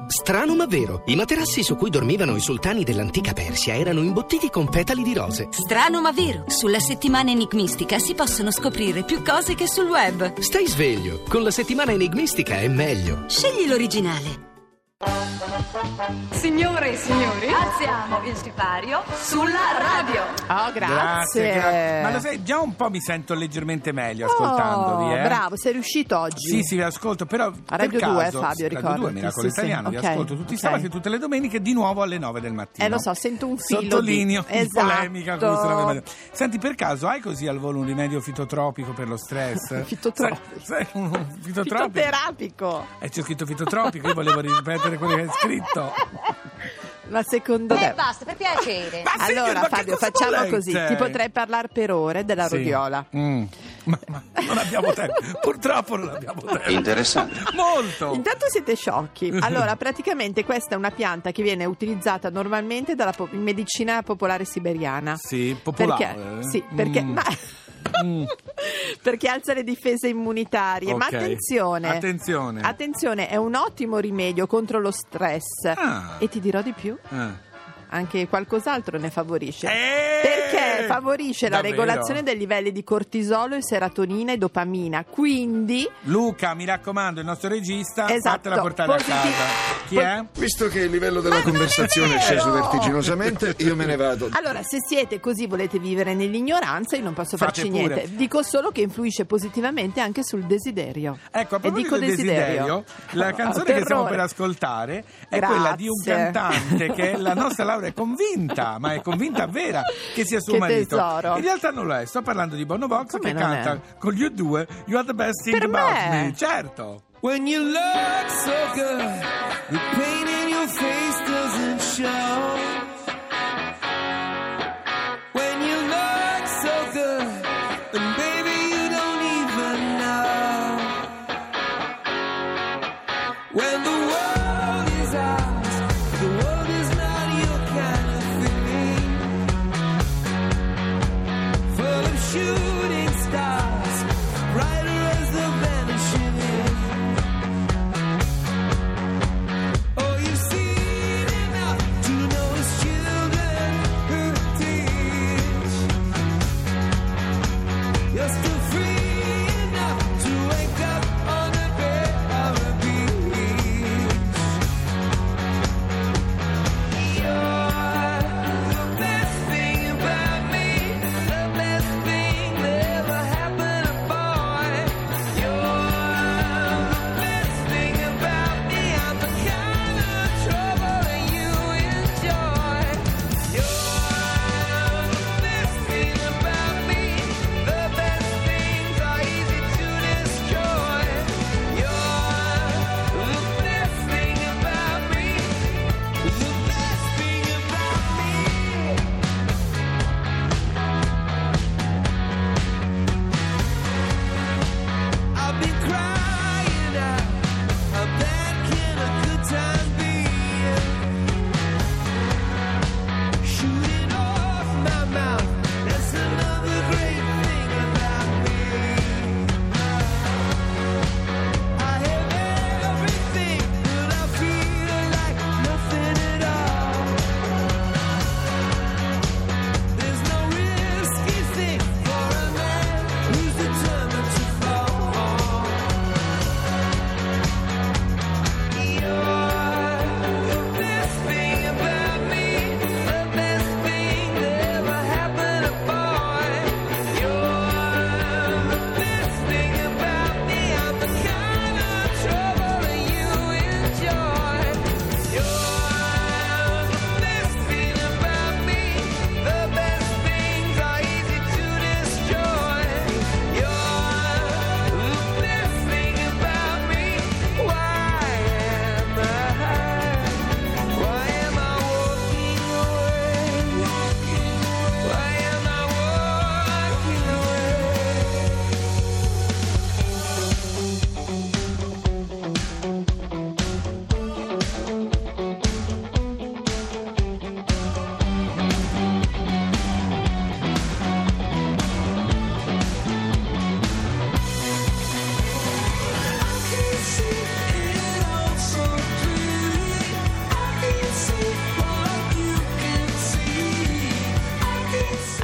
Strano ma vero, i materassi su cui dormivano i sultani dell'antica Persia erano imbottiti con petali di rose. Strano ma vero, sulla settimana enigmistica si possono scoprire più cose che sul web. Stai sveglio, con la settimana enigmistica è meglio. Scegli l'originale. Signore e signori, alziamo il sipario sulla radio. Oh, grazie. Ma lo sai, già un po' mi sento leggermente meglio ascoltandovi. Bravo, sei riuscito oggi? Sì, vi ascolto, però a Radio 2, Fabio, Radio ricordo. 2, Miracolo Italiano, vi okay. ascolto tutti i sabati e tutte le domeniche di nuovo alle 9 del mattino. Lo so, sento un filo sottolineo di esatto. polemica con queste 9 del mattino. Senti, per caso hai così al volo un rimedio fitotropico per lo stress? Fitotropico? Sai, un fitotropico? Fitoterapico. C'è scritto fitotropico, io volevo ripetere quello che hai scritto. Ma secondo te? Basta, per piacere. Allora, Fabio, facciamo volete? così. Ti potrei parlare per ore della rodiola. Ma non abbiamo tempo. Purtroppo non abbiamo tempo. Interessante. Molto. Intanto siete sciocchi. Allora, praticamente questa è una pianta che viene utilizzata normalmente dalla in medicina popolare siberiana. Sì, popolare. Perché? Sì, perché... perché alza le difese immunitarie. Okay. Ma attenzione, è un ottimo rimedio contro lo stress. E ti dirò di più. Anche qualcos'altro ne favorisce. Perché favorisce la regolazione dei livelli di cortisolo e serotonina e dopamina. Quindi Luca, mi raccomando, il nostro regista, esatto, fatela portare a casa. Chi è? Visto che il livello della conversazione è sceso vertiginosamente, io me ne vado. Allora, se siete così, volete vivere nell'ignoranza, io non posso Fate farci pure. niente. Dico solo che influisce positivamente anche sul desiderio. Ecco, a proposito del desiderio, la canzone che stiamo per ascoltare è quella di un cantante che la nostra Laura è convinta, ma è convinta vera che sia suo marito. Tesoro. In realtà non lo è. Sto parlando di Bono Vox Come che non canta è? con gli U2 You Are the Best Thing Per About me. Me. Certo. When you look so good, the pain in your face doesn't show. When you look so good, then baby you don't even know. When the world is ours, the world is not your kind of thing. Full of shooting stars, brighter as the vanishing moon. Oh, you've seen enough to know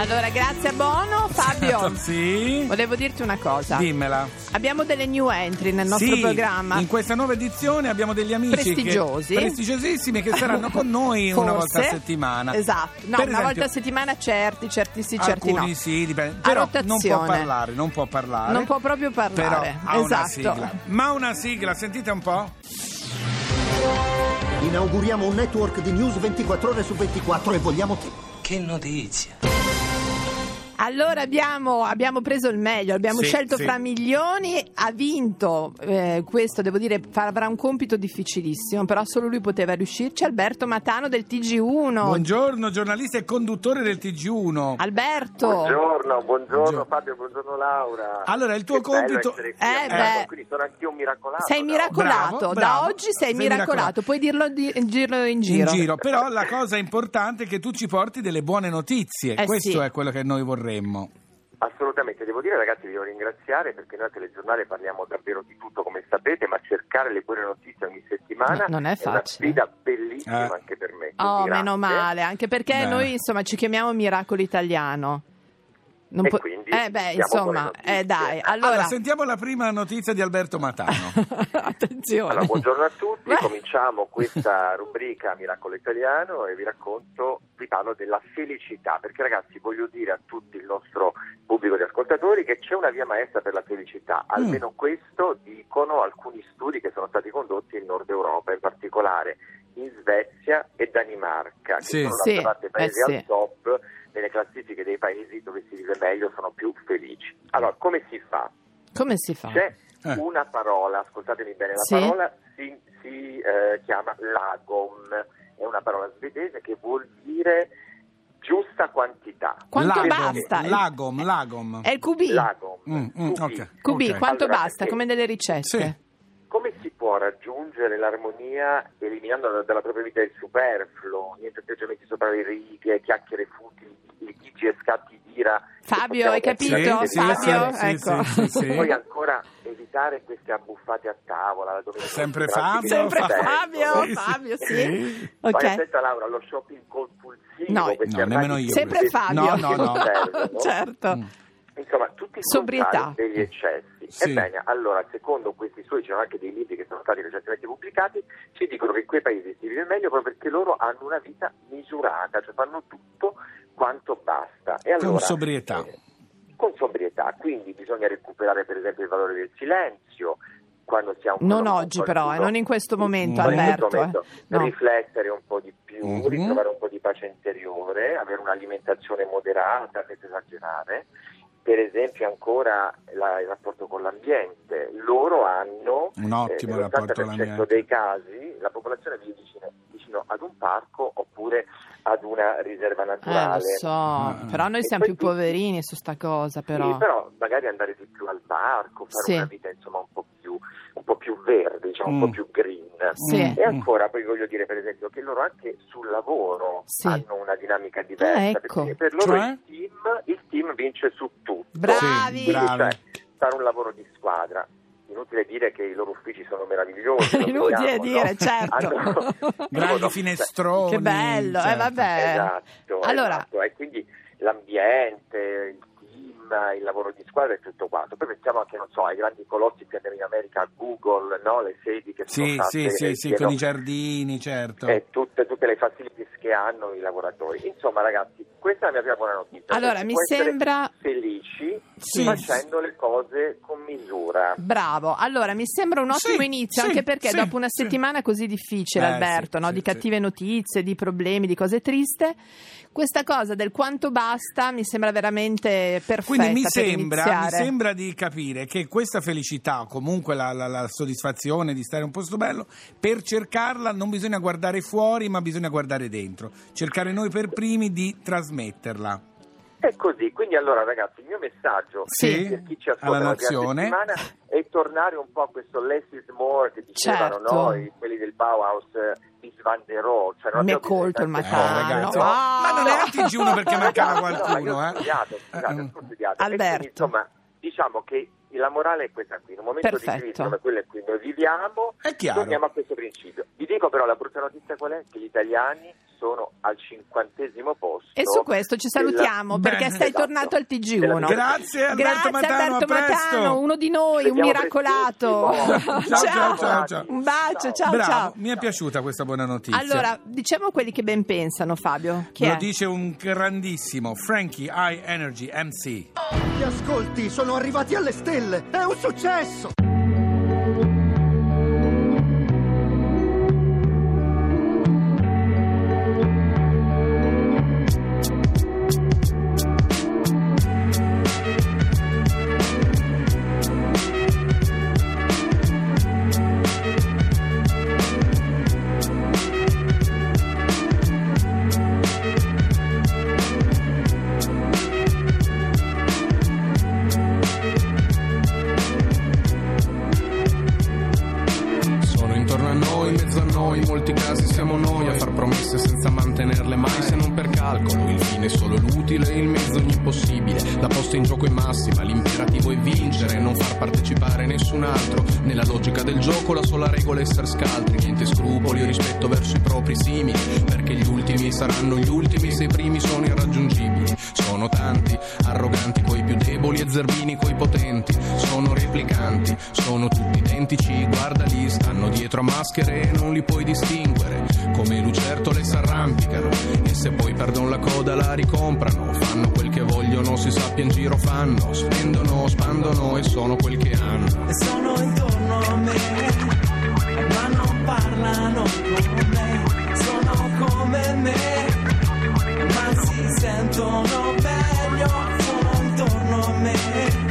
Allora, grazie a Bono. Fabio, sì? Volevo dirti una cosa. Dimmela. Abbiamo delle new entry nel nostro programma. In questa nuova edizione abbiamo degli amici prestigiosissimi che saranno con noi una volta a settimana. Esatto. No, una volta a settimana certi sì, certi no. Alcuni sì, dipende. Però non può parlare. Non può proprio parlare. Però ha una sigla. Ma una sigla, sentite un po'. Inauguriamo un network di news 24 ore su 24 e vogliamo Che notizia! Allora abbiamo preso il meglio, abbiamo scelto fra milioni, ha vinto, questo devo dire avrà un compito difficilissimo, però solo lui poteva riuscirci, Alberto Matano del TG1. Buongiorno, giornalista e conduttore del TG1. Alberto. Buongiorno Fabio, buongiorno Laura. Allora il tuo compito... Quindi sono anch'io un miracolato. Sei miracolato, bravo, oggi sei miracolato, puoi dirlo in giro. Però la cosa importante è che tu ci porti delle buone notizie, questo è quello che noi vorremmo. Assolutamente, devo dire ragazzi, vi devo ringraziare perché noi al telegiornale parliamo davvero di tutto come sapete, ma cercare le buone notizie ogni settimana non è facile. Una sfida bellissima anche per me. Oh, meno male, anche perché noi insomma ci chiamiamo Miracolo Italiano. Dai, allora sentiamo la prima notizia di Alberto Matano. Attenzione. Allora, buongiorno a tutti, cominciamo questa rubrica Miracolo Italiano e vi parlo della felicità, perché ragazzi voglio dire a tutti il nostro pubblico di ascoltatori che c'è una via maestra per la felicità, almeno questo dicono alcuni studi che sono stati condotti in Nord Europa, in particolare in Svezia e Danimarca, che sono d'altra parte paesi al top nelle classifiche dei paesi dove si vive meglio, sono più felici. Allora, come si fa? C'è una parola, ascoltatemi bene, la parola si chiama lagom, è una parola svedese che vuol dire giusta quantità. Quanto basta? Lagom. È il QB. Lagom. QB, quanto basta? Come delle ricette. Sì. Come si può raggiungere l'armonia eliminando dalla propria vita il superfluo, niente atteggiamenti sopra le righe, chiacchiere futili, litigi e scatti d'ira? Fabio, hai capito? Fabio? Ecco. Poi ancora evitare queste abbuffate a tavola. La Sempre Fabio, sì. Poi aspetta Laura, lo shopping compulsivo. No, nemmeno io. Sempre Fabio. No. Certo. Insomma, tutti sobrietà, degli eccessi. Ebbene, allora, secondo questi studi, ci sono anche dei libri che sono stati recentemente pubblicati, ci dicono che in quei paesi si vive meglio proprio perché loro hanno una vita misurata, cioè fanno tutto quanto basta. E allora, con sobrietà, quindi bisogna recuperare per esempio il valore del silenzio, quando si ha un non oggi però, non in questo momento, Alberto. Riflettere un po' di più, ritrovare un po' di pace interiore, avere un'alimentazione moderata senza esagerare. Per esempio ancora il rapporto con l'ambiente, loro hanno un ottimo rapporto con l'ambiente. dei casi la popolazione vive vicino ad un parco oppure ad una riserva naturale. Lo so, però noi siamo più poverini su sta cosa però. Sì, però magari andare di più al parco, fare una vita insomma un po' più verde, diciamo un po' più green. E ancora poi voglio dire per esempio che loro anche sul lavoro hanno una dinamica diversa, perché per loro il team vince su tutto. Bravi. Cioè, fare un lavoro di squadra. Inutile dire che i loro uffici sono meravigliosi. Inutile dire, certo. Grandi finestroni. Che bello, vabbè. Esatto. E quindi l'ambiente, il lavoro di squadra e tutto quanto. Poi pensiamo anche, non so, ai grandi colossi che andiamo in America, Google, no? Le sedi che sono state con i giardini, certo. E tutte le facilities che hanno i lavoratori. Insomma, ragazzi, questa è la mia prima buona notizia. Allora, mi sembra felici facendo le cose con misura. Bravo. Allora, mi sembra un ottimo inizio, anche perché dopo una settimana così difficile, Alberto, di cattive notizie, di problemi, di cose triste, questa cosa del quanto basta mi sembra veramente perfetta. Quindi mi sembra di capire che questa felicità, comunque la soddisfazione di stare in un posto bello, per cercarla non bisogna guardare fuori, ma bisogna guardare dentro, cercare noi per primi di trasmetterla. È così, quindi allora ragazzi il mio messaggio per chi ci ascolta la settimana è tornare un po' a questo less is more che dicevano quelli del Bauhaus di Van der Rohe, cioè non mi è colto il Matano, ma non è al TG1 perché mancava qualcuno. Ho studiato. Alberto, quindi, insomma, diciamo che la morale è questa qui, in un momento di crisi come quello in cui noi viviamo, torniamo a questo principio. Vi dico però la brutta notizia qual è? Che gli italiani sono al 50° posto. E su questo ci salutiamo perché sei tornato al TG1. Grazie Alberto Matano, uno di noi, un miracolato. Ciao. Un bacio, ciao. Bravo, ciao. mi è piaciuta questa buona notizia. Allora, diciamo quelli che ben pensano, Fabio. Chi Lo è? dice un grandissimo Frankie High Energy MC. Gli ascolti sono arrivati alle stelle, è un successo! In molti casi siamo noi a far promesse senza mantenerle mai, se non per calcolo. Il fine è solo l'utile, il mezzo ogni possibile. La posta in gioco è massima, l'imperativo è vincere, non far partecipare nessun altro. Nella logica del gioco la sola regola è essere scaltri, niente scrupoli o rispetto verso i propri simili, perché gli ultimi saranno gli ultimi se i primi sono irraggiungibili. Sono tanti, arroganti coi più deboli e zerbini coi potenti. Sono replicanti, sono tutti identici, guardali, stanno dietro a maschere e non li puoi distinguere. Come lucertole s'arrampicano e se poi perdono la coda la ricomprano. Fanno quel che vogliono, si sappia in giro fanno, spendono, spandono e sono quel che hanno. E sono intorno a me, ma non parlano con me. Sono come me, ma si sentono meglio. Sono intorno a me,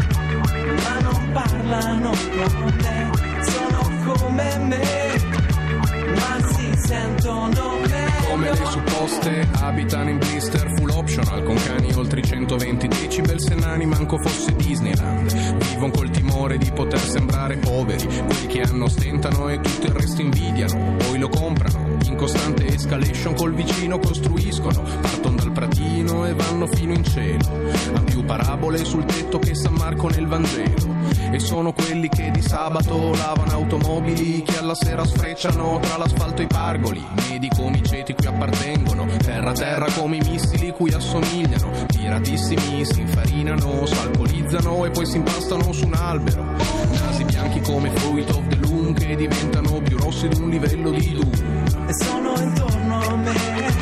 ma non parlano con me. Sono come me, ma si sentono meglio. Come le supposte abitano in blister full optional, con cani oltre i 120 decibel, se nani manco fosse Disneyland. Vivono col timore di poter sembrare poveri, quelli che hanno stentano e tutto il resto invidiano, poi lo comprano. In costante escalation col vicino costruiscono, partono dal pratino e vanno fino in cielo. Han più parabole sul tetto che San Marco nel Vangelo. E sono quelli che di sabato lavano automobili, che alla sera sfrecciano tra l'asfalto e i pargoli. Medi come i ceti cui appartengono, terra terra come i missili cui assomigliano. Tiratissimi si infarinano, s'alcolizzano e poi si impastano su un albero. Nasi bianchi come Fruit of the Loom, che diventano più rossi di un livello di Doom. E sono intorno a me,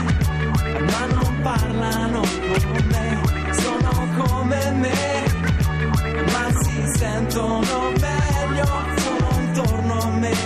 ma non parlano con me. Sono come me, ma si sentono meglio. Sono intorno a me,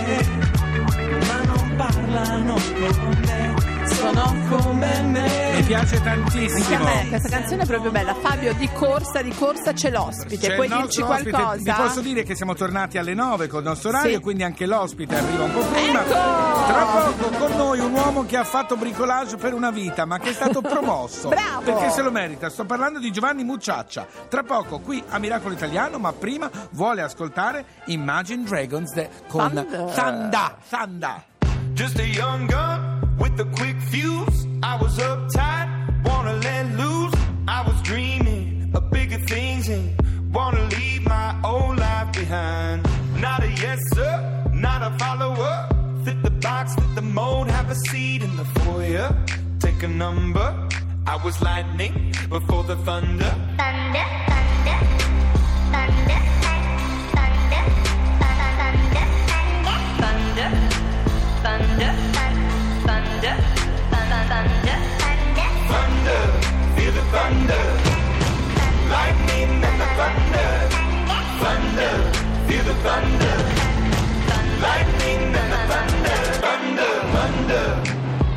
ma non parlano con me. Sono come me. Mi piace tantissimo. Anche a me questa canzone è proprio bella. Fabio, di corsa c'è l'ospite. Puoi dirci qualcosa? Vi posso dire che siamo tornati alle 9 con il nostro orario, quindi anche l'ospite arriva un po' prima. Ecco! Tra poco con noi un uomo che ha fatto bricolage per una vita, ma che è stato promosso. Bravo! Perché se lo merita. Sto parlando di Giovanni Mucciaccia. Tra poco qui a Miracolo Italiano, ma prima vuole ascoltare Imagine Dragons con Sanda. Just a young gun with a quick fuse. I was uptight, wanna let loose. I was dreaming of bigger things and wanna leave my old life behind. Not a yes sir, not a follower. Fit the box, fit the mold, have a seat in the foyer. Take a number. I was lightning before the thunder. Thunder, thunder, thunder, thunder, thunder, thunder, thunder, thunder, thunder, thunder, feel the thunder, lightning and the thunder, thunder, feel the thunder, lightning and the thunder, thunder,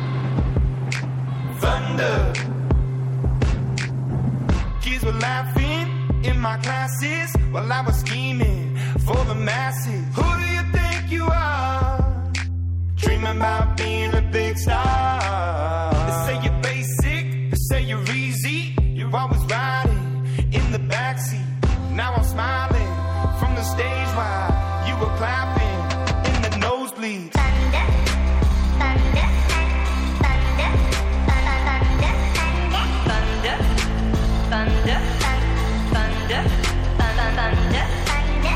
thunder, thunder. Kids were laughing in my classes while I was scheming for the masses. Who do you think you are? Dreaming about being a big star. They say you're basic, they say you're easy. You're always riding in the backseat. Now I'm smiling from the stage while you were clapping in the nosebleeds. thunder, thunder, thunder, thunder, thunder, thunder, thunder, thunder, thunder,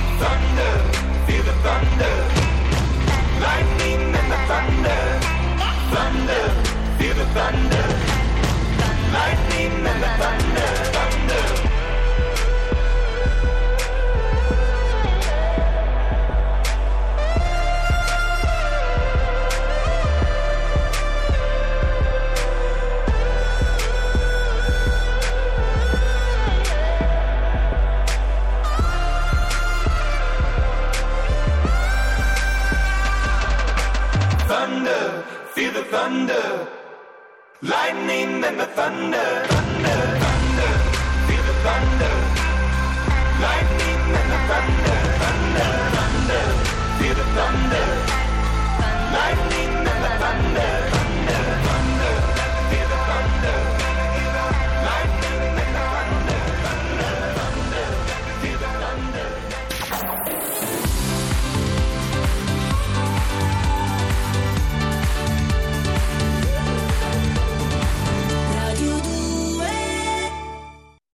feel the thunder, lightning and the thunder, thunder, thunder, feel the thunder, lightning and the thunder, thunder, thunder, feel the thunder, lightning and the thunder.